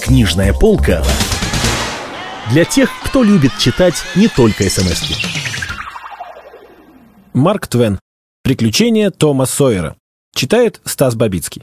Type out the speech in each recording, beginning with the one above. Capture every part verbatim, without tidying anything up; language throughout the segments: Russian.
Книжная полка для тех, кто любит читать не только смски. Марк Твен. Приключения Тома Сойера. Читает Стас Бабицкий.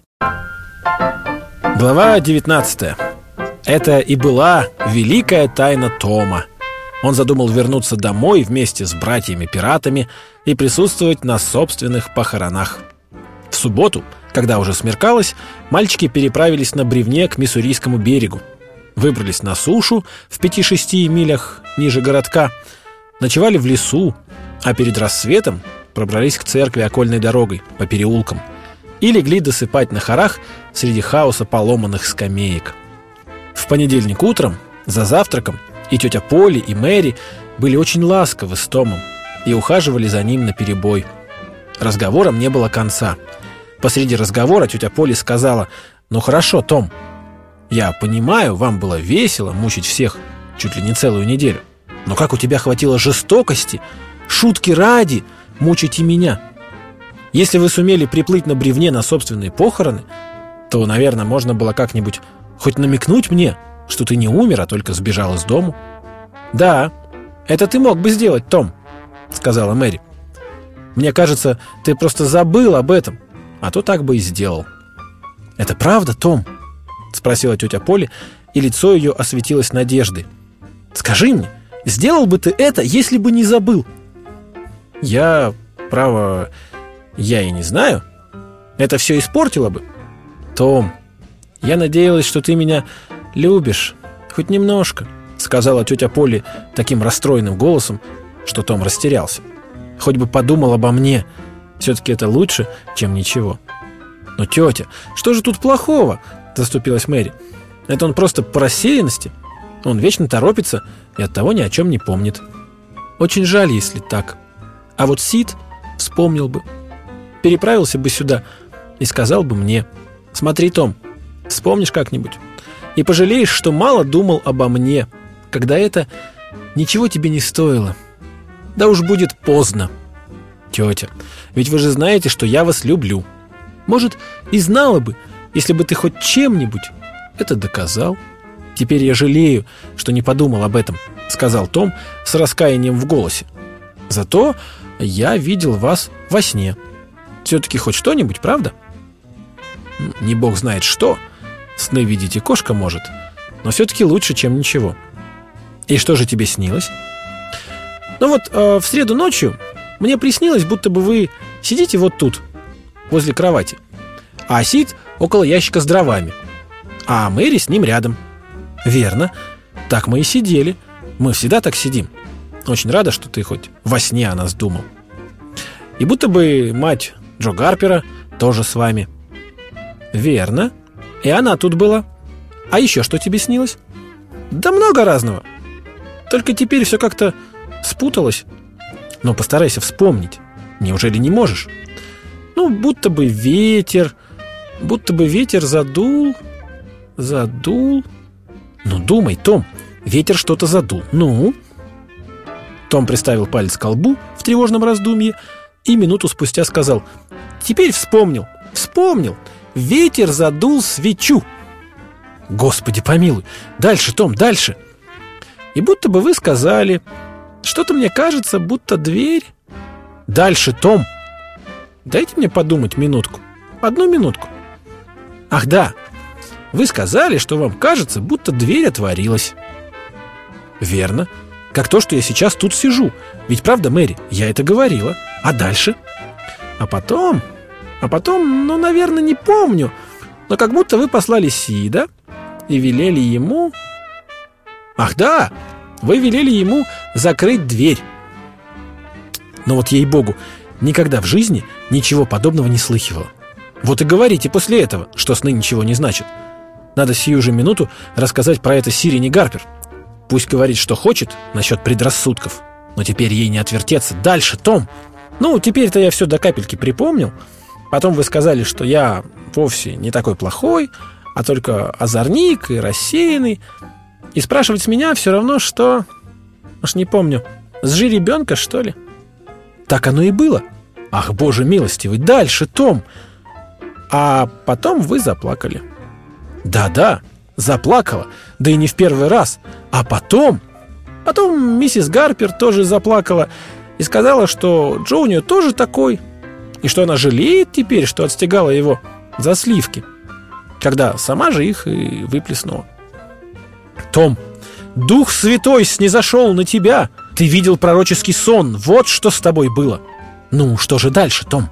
Глава девятнадцатая. Это и была великая тайна Тома. Он задумал вернуться домой вместе с братьями-пиратами и присутствовать на собственных похоронах. В субботу, когда уже смеркалось, мальчики переправились на бревне к Миссурийскому берегу. Выбрались на сушу в пяти-шести милях ниже городка, ночевали в лесу, а перед рассветом пробрались к церкви окольной дорогой по переулкам и легли досыпать на хорах среди хаоса поломанных скамеек. В понедельник утром, за завтраком, и тетя Полли, и Мэри были очень ласковы с Томом и ухаживали за ним наперебой. Разговорам не было конца. Посреди разговора тетя Полли сказала: «Ну хорошо, Том, я понимаю, вам было весело мучить всех чуть ли не целую неделю, но как у тебя хватило жестокости, шутки ради, мучить и меня? Если вы сумели приплыть на бревне на собственные похороны, то, наверное, можно было как-нибудь хоть намекнуть мне, что ты не умер, а только сбежал из дому». «Да, это ты мог бы сделать, Том», — сказала Мэри. «Мне кажется, ты просто забыл об этом, а то так бы и сделал». «Это правда, Том?» — спросила тетя Полли, и лицо ее осветилось надеждой. «Скажи мне, сделал бы ты это, если бы не забыл?» «Я, право, я и не знаю. Это все испортило бы. Том, я надеялась, что ты меня любишь, хоть немножко», — сказала тетя Полли таким расстроенным голосом, что Том растерялся. «Хоть бы подумал обо мне. Все-таки это лучше, чем ничего». «Но, тетя, что же тут плохого?» — заступилась Мэри. «Это он просто по рассеянности. Он вечно торопится и оттого ни о чем не помнит. Очень жаль, если так. А вот Сид вспомнил бы, переправился бы сюда и сказал бы мне: смотри, Том, вспомнишь как-нибудь и пожалеешь, что мало думал обо мне, когда это ничего тебе не стоило. Да уж будет поздно. Тетя, ведь вы же знаете, что я вас люблю. Может, и знала бы, если бы ты хоть чем-нибудь это доказал. Теперь я жалею, что не подумал об этом», — сказал Том с раскаянием в голосе. «Зато я видел вас во сне. Все-таки хоть что-нибудь, правда? Не бог знает что. Сны видеть и кошка может, но все-таки лучше, чем ничего. И что же тебе снилось?» «Ну вот, э, в среду ночью мне приснилось, будто бы вы сидите вот тут, возле кровати, а Сид около ящика с дровами, а Мэри с ним рядом». «Верно, так мы и сидели. Мы всегда так сидим. Очень рада, что ты хоть во сне о нас думал. И будто бы мать Джо Гарпера тоже с вами». «Верно, и она тут была. А еще что тебе снилось?» «Да много разного. Только теперь все как-то спуталось. Но постарайся вспомнить. Неужели не можешь?» «Ну, будто бы ветер, будто бы ветер задул, задул...» «Ну, думай, Том, ветер что-то задул. Ну?» Том приставил палец к колбу в тревожном раздумье и минуту спустя сказал: «Теперь вспомнил, вспомнил. Ветер задул свечу». «Господи помилуй! Дальше, Том, дальше!» «И будто бы вы сказали: что-то мне кажется, будто дверь...» «Дальше, Том!» «Дайте мне подумать минутку. Одну минутку. Ах да, вы сказали, что вам кажется, будто дверь отворилась». «Верно. Как то, что я сейчас тут сижу. Ведь правда, Мэри, я это говорила. А дальше?» «А потом... А потом, ну, наверное, не помню. Но как будто вы послали Сида и велели ему... Ах да, вы велели ему закрыть дверь». Но вот, ей-богу, никогда в жизни ничего подобного не слыхивала. Вот и говорите после этого, что сны ничего не значат. Надо сию же минуту рассказать про это Сирине Гарпер. Пусть говорит, что хочет насчет предрассудков, но теперь ей не отвертеться. Дальше, Том. Ну, теперь-то я все до капельки припомнил. Потом вы сказали, что я вовсе не такой плохой, а только озорник и рассеянный. И спрашивать с меня все равно, что... Уж не помню, с жеребенка, что ли? Так оно и было. Ах, боже милостивый, дальше, Том. А потом вы заплакали. Да-да, заплакала, да и не в первый раз. А потом... Потом миссис Гарпер тоже заплакала и сказала, что Джо у нее тоже такой, и что она жалеет теперь, что отстегала его за сливки, когда сама же их и выплеснула. «Том, Дух Святой снизошел на тебя. Ты видел пророческий сон. Вот что с тобой было. Ну, что же дальше, Том?»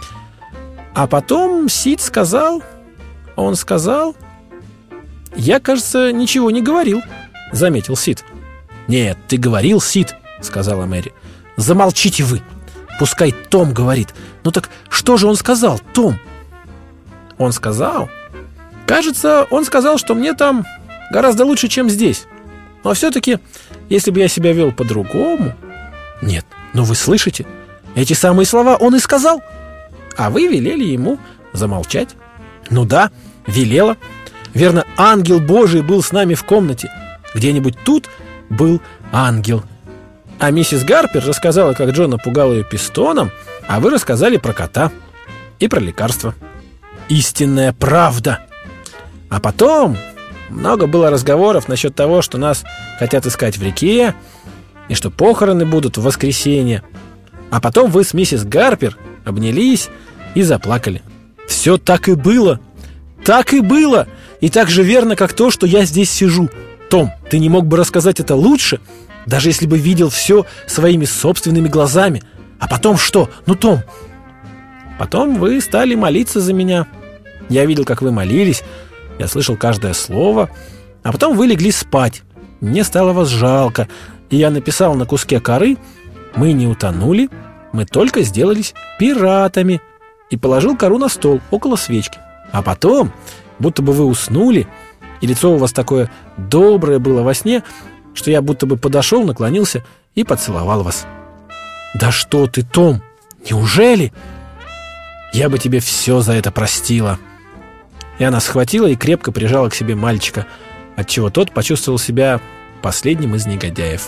А потом Сид сказал... Он сказал... «Я, кажется, ничего не говорил», — заметил Сид. «Нет, ты говорил, Сид», — сказала Мэри. «Замолчите вы. Пускай Том говорит. Ну так что же он сказал, Том?» «Он сказал... Кажется, он сказал, что мне там гораздо лучше, чем здесь. Но все-таки, если бы я себя вел по-другому...» «Нет, ну вы слышите? Эти самые слова он и сказал. А вы велели ему замолчать». «Ну да, велела. Верно, ангел Божий был с нами в комнате. Где-нибудь тут был ангел. А миссис Гарпер рассказала, как Джон напугал ее пистоном, а вы рассказали про кота и про лекарство. Истинная правда. А потом много было разговоров насчет того, что нас хотят искать в реке, и что похороны будут в воскресенье. А потом вы с миссис Гарпер обнялись и заплакали. Все так и было. Так и было. И так же верно, как то, что я здесь сижу. Том, ты не мог бы рассказать это лучше, даже если бы видел все своими собственными глазами. А потом что? Ну, Том. Потом вы стали молиться за меня. Я видел, как вы молились. Я слышал каждое слово. А потом вы легли спать. Мне стало вас жалко. И я написал на куске коры: «Мы не утонули, мы только сделались пиратами». И положил кору на стол около свечки. А потом, будто бы вы уснули, и лицо у вас такое доброе было во сне, что я будто бы подошел, наклонился и поцеловал вас. Да что ты, Том, неужели? Я бы тебе все за это простила. И она схватила и крепко прижала к себе мальчика, отчего тот почувствовал себя последним из негодяев.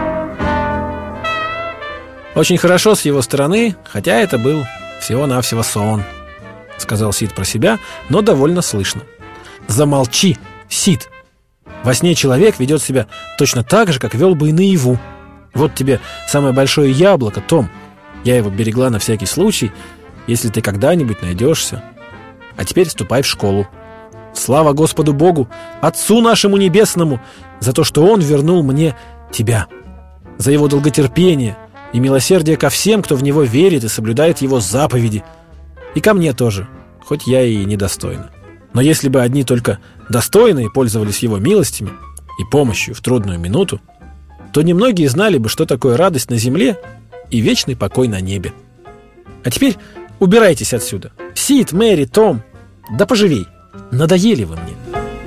Очень хорошо с его стороны, хотя это был всего-навсего сон, сказал Сид про себя, но довольно слышно. Замолчи, Сид. Во сне человек ведет себя точно так же, как вел бы и наяву. Вот тебе самое большое яблоко, Том. Я его берегла на всякий случай, если ты когда-нибудь найдешься. А теперь ступай в школу. Слава Господу Богу, Отцу нашему Небесному, за то, что Он вернул мне тебя, за Его долготерпение и милосердие ко всем, кто в Него верит и соблюдает Его заповеди. И ко мне тоже, хоть я и недостойна. Но если бы одни только достойные пользовались Его милостями и помощью в трудную минуту, то немногие знали бы, что такое радость на земле и вечный покой на небе. А теперь убирайтесь отсюда. Сид, Мэри, Том, да поживей. Надоели вы мне.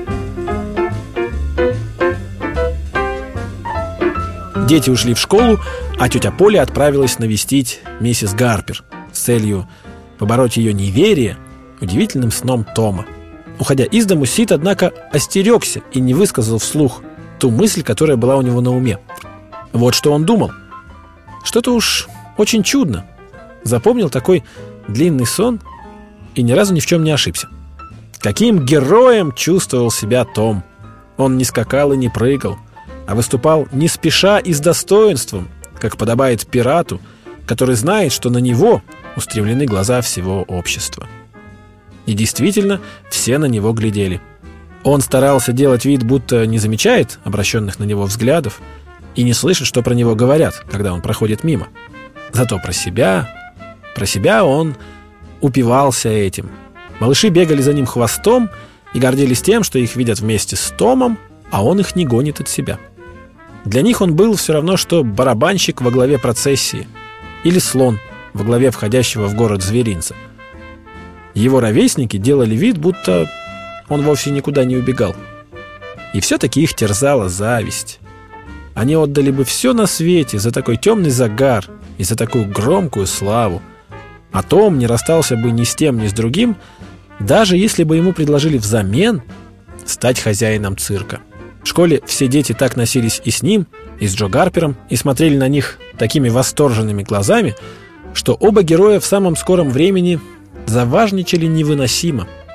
Дети ушли в школу, а тетя Поля отправилась навестить миссис Гарпер с целью побороть ее неверие удивительным сном Тома. Уходя из дому, Сид, однако, остерегся и не высказал вслух ту мысль, которая была у него на уме. Вот что он думал. Что-то уж очень чудно. Запомнил такой длинный сон и ни разу ни в чем не ошибся. Каким героем чувствовал себя Том. Он не скакал и не прыгал, а выступал не спеша и с достоинством, как подобает пирату, который знает, что на него устремлены глаза всего общества. И действительно, все на него глядели. Он старался делать вид, будто не замечает обращенных на него взглядов и не слышит, что про него говорят, когда он проходит мимо. Зато про себя, про себя он упивался этим. Малыши бегали за ним хвостом и гордились тем, что их видят вместе с Томом, а он их не гонит от себя. Для них он был все равно, что барабанщик во главе процессии или слон во главе входящего в город зверинца. Его ровесники делали вид, будто он вовсе никуда не убегал. И все-таки их терзала зависть. Они отдали бы все на свете за такой темный загар и за такую громкую славу. А Том не расстался бы ни с тем, ни с другим, даже если бы ему предложили взамен стать хозяином цирка. В школе все дети так носились и с ним, и с Джо Гарпером, и смотрели на них такими восторженными глазами, что оба героя в самом скором времени заважничали невыносимо.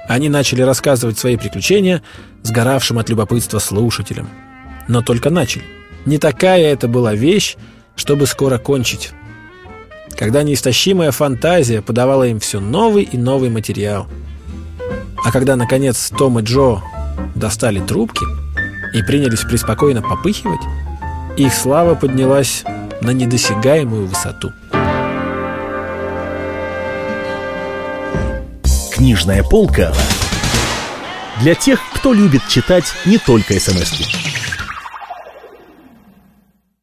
Они начали рассказывать свои приключения сгоравшим от любопытства слушателям. Но только начали. Не такая это была вещь, чтобы скоро кончить. Когда неистощимая фантазия подавала им все новый и новый материал. А когда, наконец, Том и Джо достали трубки и принялись преспокойно попыхивать, их слава поднялась на недосягаемую высоту. Книжная полка для тех, кто любит читать не только эс эм эски.